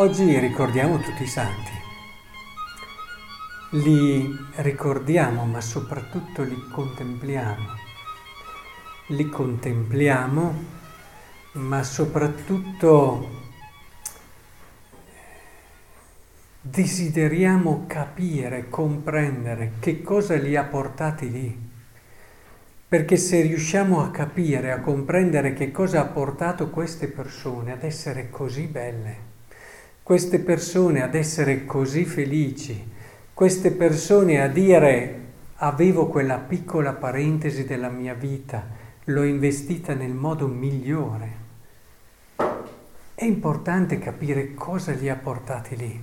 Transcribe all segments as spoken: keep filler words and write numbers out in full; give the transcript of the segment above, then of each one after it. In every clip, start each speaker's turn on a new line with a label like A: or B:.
A: Oggi ricordiamo tutti i santi. Li ricordiamo, ma soprattutto li contempliamo. Li contempliamo, ma soprattutto desideriamo capire, comprendere che cosa li ha portati lì. Perché se riusciamo a capire, a comprendere che cosa ha portato queste persone ad essere così belle, queste persone ad essere così felici, queste persone a dire avevo quella piccola parentesi della mia vita, l'ho investita nel modo migliore, è importante capire cosa li ha portati lì.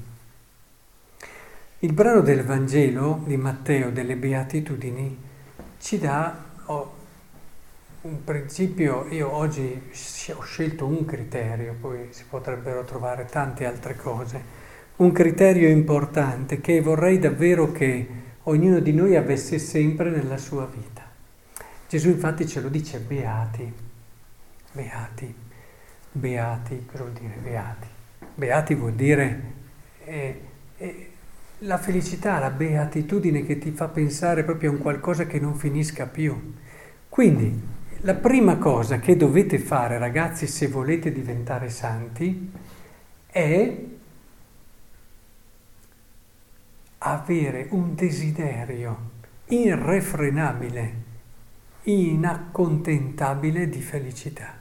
A: Il brano del Vangelo di Matteo delle Beatitudini ci dà oh, un principio. Io oggi ho scelto un criterio, poi si potrebbero trovare tante altre cose, un criterio importante che vorrei davvero che ognuno di noi avesse sempre nella sua vita. Gesù infatti ce lo dice: beati, beati, beati. Cosa vuol dire beati? Beati vuol dire eh, eh, la felicità, la beatitudine che ti fa pensare proprio a un qualcosa che non finisca più. Quindi la prima cosa che dovete fare, ragazzi, se volete diventare santi, è avere un desiderio irrefrenabile, inaccontentabile di felicità.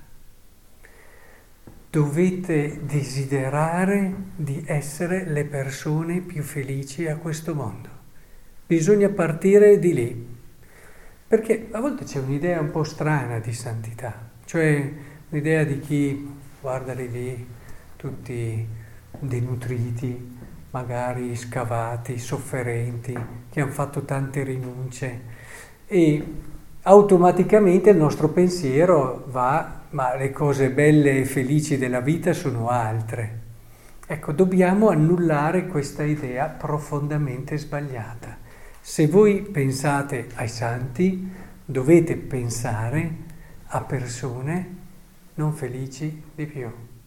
A: Dovete desiderare di essere le persone più felici a questo mondo. Bisogna partire di lì. Perché a volte c'è un'idea un po' strana di santità, cioè l'idea di chi guarda lì, tutti denutriti, magari scavati, sofferenti, che hanno fatto tante rinunce, e automaticamente il nostro pensiero va, ma le cose belle e felici della vita sono altre. Ecco, dobbiamo annullare questa idea profondamente sbagliata. Se voi pensate ai santi, dovete pensare a persone non felici di più.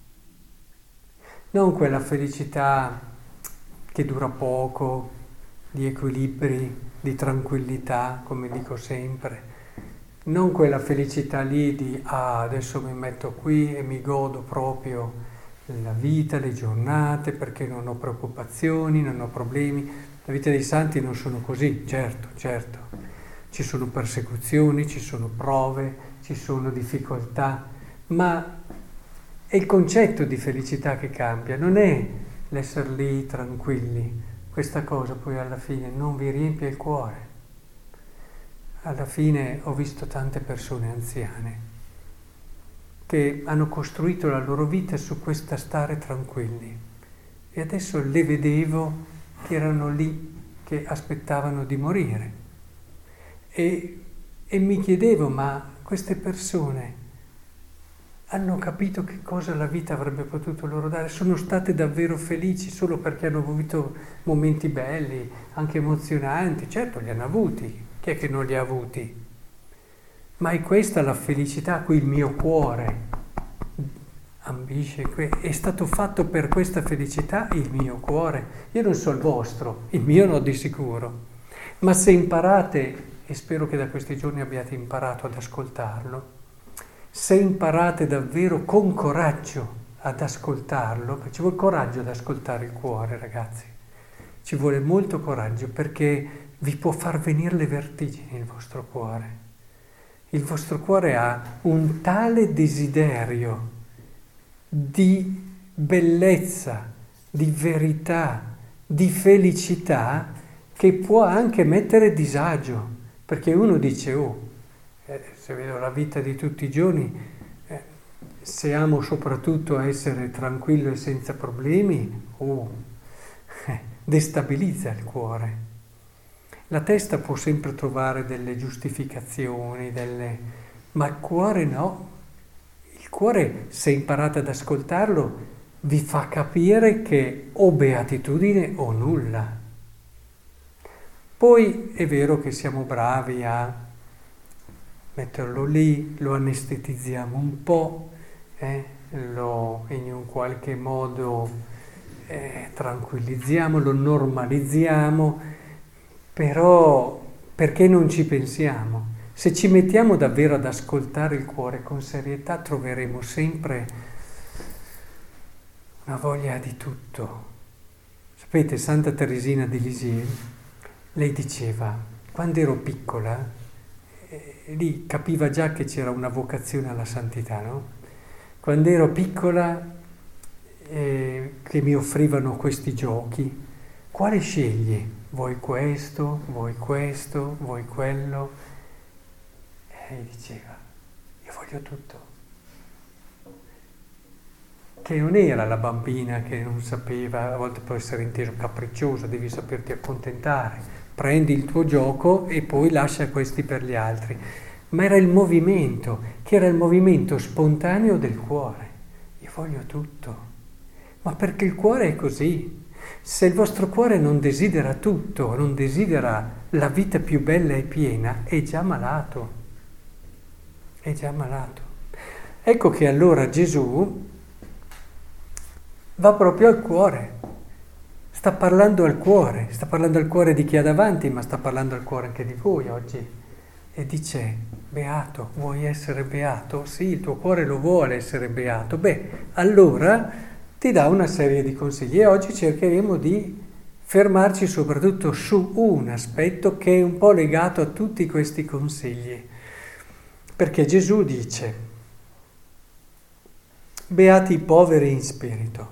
A: Non quella felicità che dura poco, di equilibri, di tranquillità, come dico sempre. Non quella felicità lì di ah, adesso mi metto qui e mi godo proprio la vita, le giornate, perché non ho preoccupazioni, non ho problemi. La vita dei santi non sono così, certo, certo. Ci sono persecuzioni, ci sono prove, ci sono difficoltà, ma è il concetto di felicità che cambia, non è l'essere lì tranquilli. Questa cosa poi alla fine non vi riempie il cuore. Alla fine ho visto tante persone anziane che hanno costruito la loro vita su questa stare tranquilli e adesso le vedevo che erano lì, che aspettavano di morire. E, e mi chiedevo, ma queste persone hanno capito che cosa la vita avrebbe potuto loro dare? Sono state davvero felici solo perché hanno avuto momenti belli, anche emozionanti? Certo, li hanno avuti. Chi è che non li ha avuti? Ma è questa la felicità a cui il mio cuore ambisce, è stato fatto per questa felicità il mio cuore. Io non so il vostro, il mio no di sicuro, ma se imparate, e spero che da questi giorni abbiate imparato ad ascoltarlo, se imparate davvero con coraggio ad ascoltarlo, perché ci vuole coraggio ad ascoltare il cuore, ragazzi, ci vuole molto coraggio, perché vi può far venire le vertigini il vostro cuore. Il vostro cuore ha un tale desiderio di bellezza, di verità, di felicità, che può anche mettere disagio, perché uno dice, oh, eh, se vedo la vita di tutti i giorni, eh, se amo soprattutto essere tranquillo e senza problemi, oh, eh, destabilizza il cuore. La testa può sempre trovare delle giustificazioni, delle... ma il cuore no. Il cuore, se imparate ad ascoltarlo, vi fa capire che o beatitudine o nulla. Poi è vero che siamo bravi a metterlo lì, lo anestetizziamo un po', eh, lo in un qualche modo eh, tranquillizziamo, lo normalizziamo, però perché non ci pensiamo? Se ci mettiamo davvero ad ascoltare il cuore con serietà, troveremo sempre una voglia di tutto. Sapete, Santa Teresina di Lisieux, lei diceva, quando ero piccola, eh, lì capiva già che c'era una vocazione alla santità, no? Quando ero piccola, eh, che mi offrivano questi giochi, quale scegli? Vuoi questo, vuoi questo, vuoi quello? E lei diceva, io voglio tutto. Che non era la bambina che non sapeva, a volte può essere inteso capricciosa, devi saperti accontentare, prendi il tuo gioco e poi lascia questi per gli altri. Ma era il movimento, che era il movimento spontaneo del cuore. Io voglio tutto. Ma perché il cuore è così. Se il vostro cuore non desidera tutto, non desidera la vita più bella e piena, è già malato. È già malato. Ecco che allora Gesù va proprio al cuore, sta parlando al cuore, sta parlando al cuore di chi ha davanti, ma sta parlando al cuore anche di voi oggi. E dice, beato, vuoi essere beato? Sì, il tuo cuore lo vuole essere beato. Beh, allora ti dà una serie di consigli e oggi cercheremo di fermarci soprattutto su un aspetto che è un po' legato a tutti questi consigli. Perché Gesù dice, beati i poveri in spirito.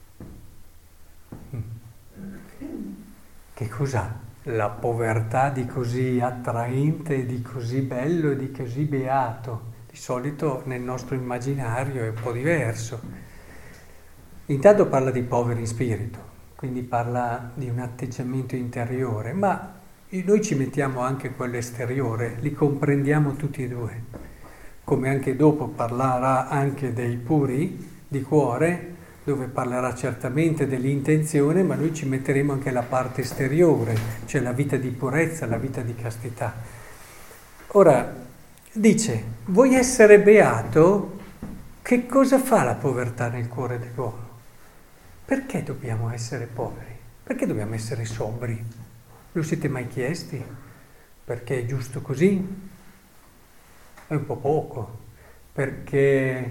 A: Che cos'ha la povertà di così attraente, di così bello e di così beato? Di solito nel nostro immaginario è un po' diverso. Intanto parla di poveri in spirito, quindi parla di un atteggiamento interiore, ma noi ci mettiamo anche quello esteriore, li comprendiamo tutti e due. Come anche dopo parlerà anche dei puri di cuore, dove parlerà certamente dell'intenzione, ma noi ci metteremo anche la parte esteriore, cioè la vita di purezza, la vita di castità. Ora, dice, vuoi essere beato? Che cosa fa la povertà nel cuore dell'uomo? Perché dobbiamo essere poveri? Perché dobbiamo essere sobri? Lo siete mai chiesti? Perché è giusto così? È un po' poco. Perché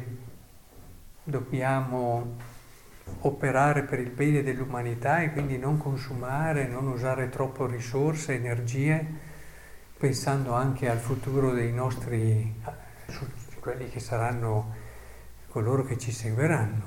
A: dobbiamo operare per il bene dell'umanità e quindi non consumare, non usare troppo risorse, energie, pensando anche al futuro dei nostri, quelli che saranno coloro che ci seguiranno.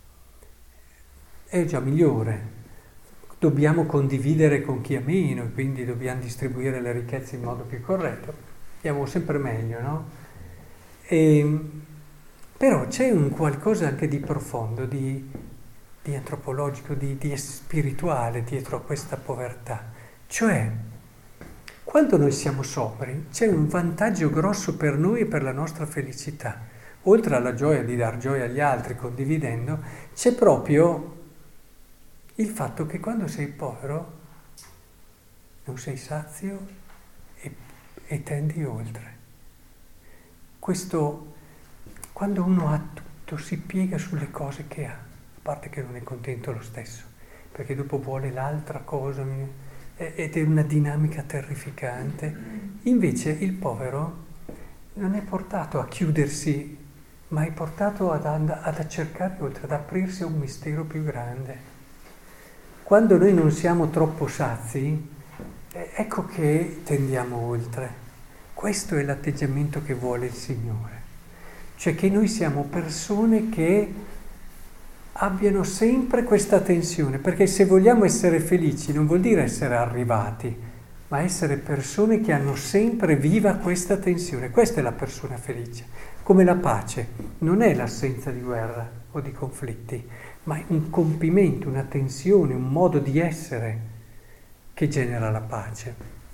A: È già migliore. Dobbiamo condividere con chi ha meno e quindi dobbiamo distribuire le ricchezze in modo più corretto. Andiamo sempre meglio, no? E, però c'è un qualcosa anche di profondo, di, di antropologico, di, di spirituale dietro a questa povertà. Cioè, quando noi siamo sobri, c'è un vantaggio grosso per noi e per la nostra felicità. Oltre alla gioia di dar gioia agli altri condividendo, c'è proprio il fatto che quando sei povero non sei sazio e, e tendi oltre. Questo, quando uno ha tutto, si piega sulle cose che ha, a parte che non è contento lo stesso, perché dopo vuole l'altra cosa ed è una dinamica terrificante. Invece il povero non è portato a chiudersi, ma è portato ad, ad cercare oltre, ad aprirsi a un mistero più grande. Quando noi non siamo troppo sazi, eh, ecco che tendiamo oltre. Questo è l'atteggiamento che vuole il Signore. Cioè che noi siamo persone che abbiano sempre questa tensione, perché se vogliamo essere felici non vuol dire essere arrivati, ma essere persone che hanno sempre viva questa tensione. Questa è la persona felice. Come la pace, non è l'assenza di guerra o di conflitti, ma è un compimento, una tensione, un modo di essere che genera la pace.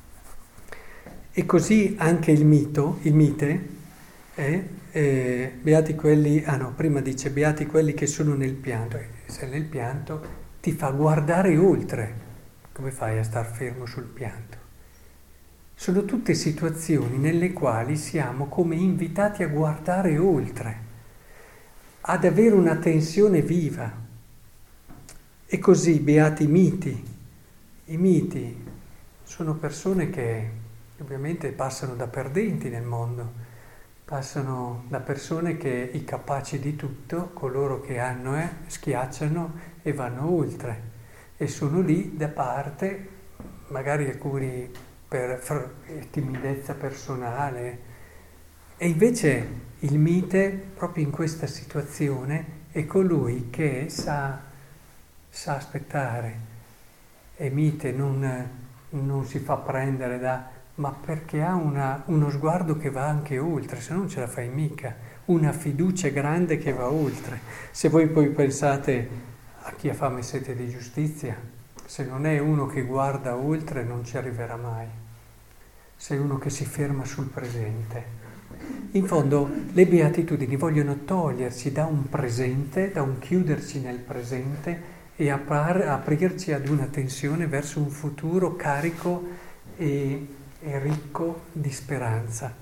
A: E così anche il mito, il mite, è, eh, beati quelli, ah no, prima dice beati quelli che sono nel pianto, e se nel pianto ti fa guardare oltre, come fai a star fermo sul pianto? Sono tutte situazioni nelle quali siamo come invitati a guardare oltre, ad avere una tensione viva. E così, beati i miti. I miti sono persone che ovviamente passano da perdenti nel mondo, passano da persone che i capaci di tutto, coloro che hanno, eh, schiacciano e vanno oltre. E sono lì da parte, magari alcuni per timidezza personale. E invece il mite, proprio in questa situazione, è colui che sa, sa aspettare. E mite non, non si fa prendere da... ma perché ha una, uno sguardo che va anche oltre, se no non ce la fai mica. Una fiducia grande che va oltre. Se voi poi pensate a chi ha fame e sete di giustizia, se non è uno che guarda oltre non ci arriverà mai. Se è uno che si ferma sul presente. In fondo le beatitudini vogliono toglierci da un presente, da un chiuderci nel presente e appar- aprirci ad una tensione verso un futuro carico e, e ricco di speranza.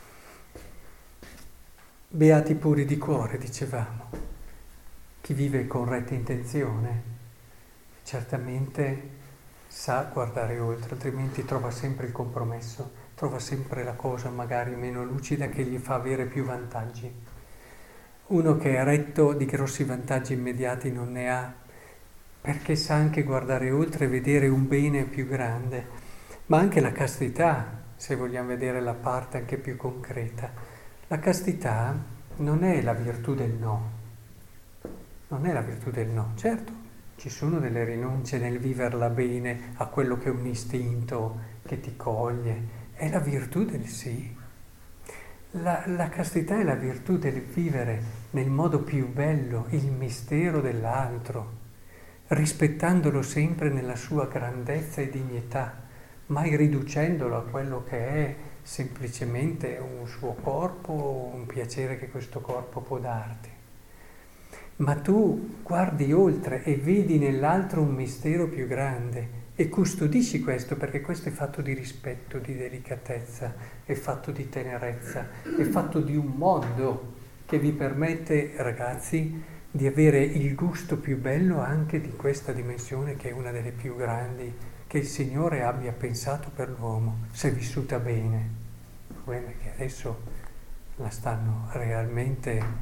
A: Beati puri di cuore, dicevamo. Chi vive con retta intenzione certamente sa guardare oltre, altrimenti trova sempre il compromesso, trova sempre la cosa magari meno lucida che gli fa avere più vantaggi. Uno che è retto di grossi vantaggi immediati non ne ha, perché sa anche guardare oltre e vedere un bene più grande, ma anche la castità, se vogliamo vedere la parte anche più concreta. La castità non è la virtù del no. Non è la virtù del no, certo, ci sono delle rinunce nel viverla bene a quello che è un istinto che ti coglie, è la virtù del sì. La, la castità è la virtù del vivere nel modo più bello il mistero dell'altro, rispettandolo sempre nella sua grandezza e dignità, mai riducendolo a quello che è semplicemente un suo corpo, un piacere che questo corpo può darti. Ma tu guardi oltre e vedi nell'altro un mistero più grande e custodisci questo, perché questo è fatto di rispetto, di delicatezza, è fatto di tenerezza, è fatto di un mondo che vi permette, ragazzi, di avere il gusto più bello anche di questa dimensione che è una delle più grandi che il Signore abbia pensato per l'uomo, se vissuta bene. Il problema è che adesso la stanno realmente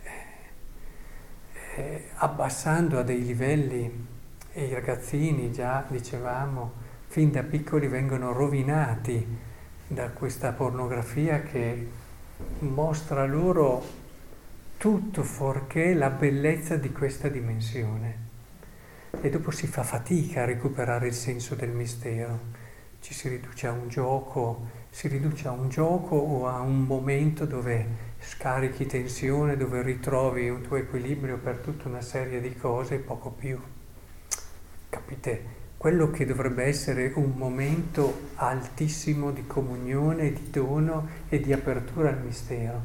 A: Eh, abbassando a dei livelli e i ragazzini già, dicevamo, fin da piccoli vengono rovinati da questa pornografia che mostra loro tutto fuorché la bellezza di questa dimensione e dopo si fa fatica a recuperare il senso del mistero, ci si riduce a un gioco, si riduce a un gioco o a un momento dove scarichi tensione, dove ritrovi un tuo equilibrio per tutta una serie di cose e poco più. Capite? Quello che dovrebbe essere un momento altissimo di comunione, di dono e di apertura al mistero.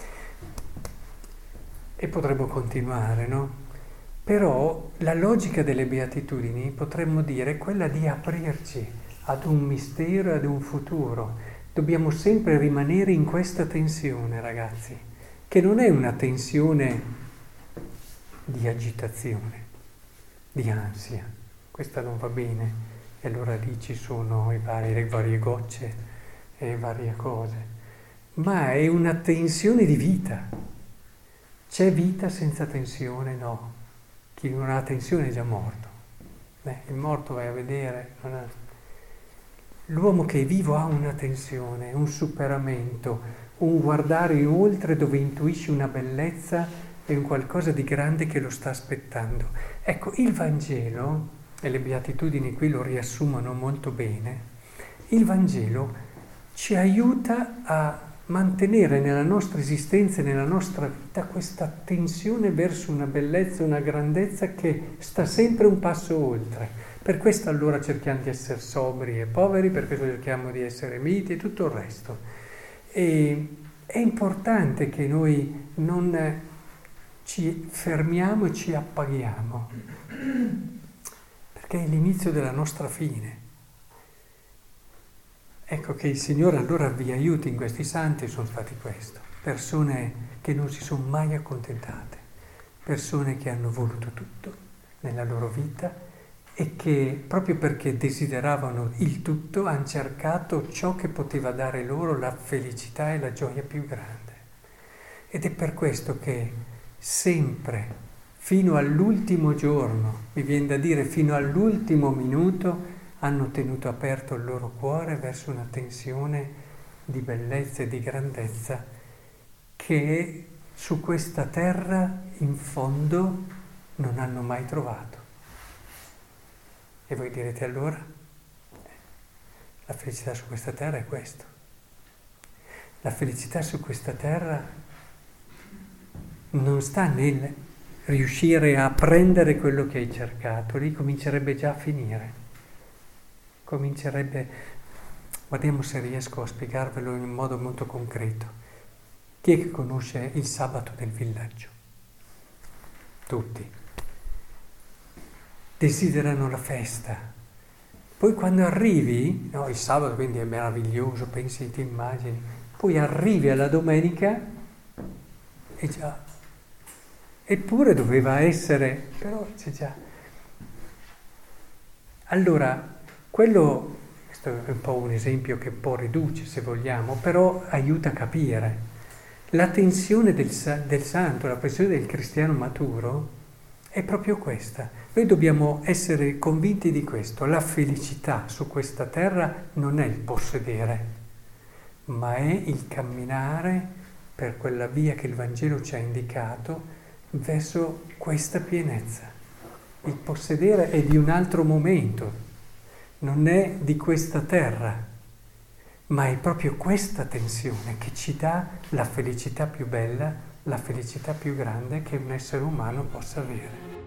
A: E potremmo continuare, no? Però la logica delle beatitudini, potremmo dire, è quella di aprirci ad un mistero e ad un futuro. Dobbiamo sempre rimanere in questa tensione, ragazzi, che non è una tensione di agitazione, di ansia. Questa non va bene. E allora lì ci sono i vari, le varie gocce e varie cose. Ma è una tensione di vita. C'è vita senza tensione? No. Chi non ha tensione è già morto. Eh, il morto vai a vedere... Non ha... L'uomo che è vivo ha una tensione, un superamento, un guardare oltre dove intuisce una bellezza e un qualcosa di grande che lo sta aspettando. Ecco, il Vangelo, e le beatitudini qui lo riassumono molto bene, il Vangelo ci aiuta a mantenere nella nostra esistenza e nella nostra vita questa tensione verso una bellezza, una grandezza che sta sempre un passo oltre. Per questo allora cerchiamo di essere sobri e poveri, per questo cerchiamo di essere miti e tutto il resto. E è importante che noi non ci fermiamo e ci appaghiamo, perché è l'inizio della nostra fine. Ecco che il Signore allora vi aiuti in questi santi, sono stati questo, persone che non si sono mai accontentate, persone che hanno voluto tutto, nella loro vita e che proprio perché desideravano il tutto hanno cercato ciò che poteva dare loro la felicità e la gioia più grande. Ed è per questo che sempre, fino all'ultimo giorno, mi viene da dire fino all'ultimo minuto, hanno tenuto aperto il loro cuore verso una tensione di bellezza e di grandezza che su questa terra in fondo non hanno mai trovato. E voi direte allora, la felicità su questa terra è questo. La felicità su questa terra non sta nel riuscire a prendere quello che hai cercato, lì comincerebbe già a finire. Comincerebbe, guardiamo se riesco a spiegarvelo in modo molto concreto. Chi è che conosce il sabato del villaggio? Tutti. Desiderano la festa. Poi quando arrivi, no, il sabato quindi è meraviglioso, pensi, ti immagini, poi arrivi alla domenica e già, eppure doveva essere, però c'è già. Allora, quello, questo è un po' un esempio che un po' riduce se vogliamo, però aiuta a capire. La tensione del, del santo, la tensione del cristiano maturo è proprio questa. Noi dobbiamo essere convinti di questo. La felicità su questa terra non è il possedere, ma è il camminare per quella via che il Vangelo ci ha indicato verso questa pienezza. Il possedere è di un altro momento, non è di questa terra, ma è proprio questa tensione che ci dà la felicità più bella, la felicità più grande che un essere umano possa avere.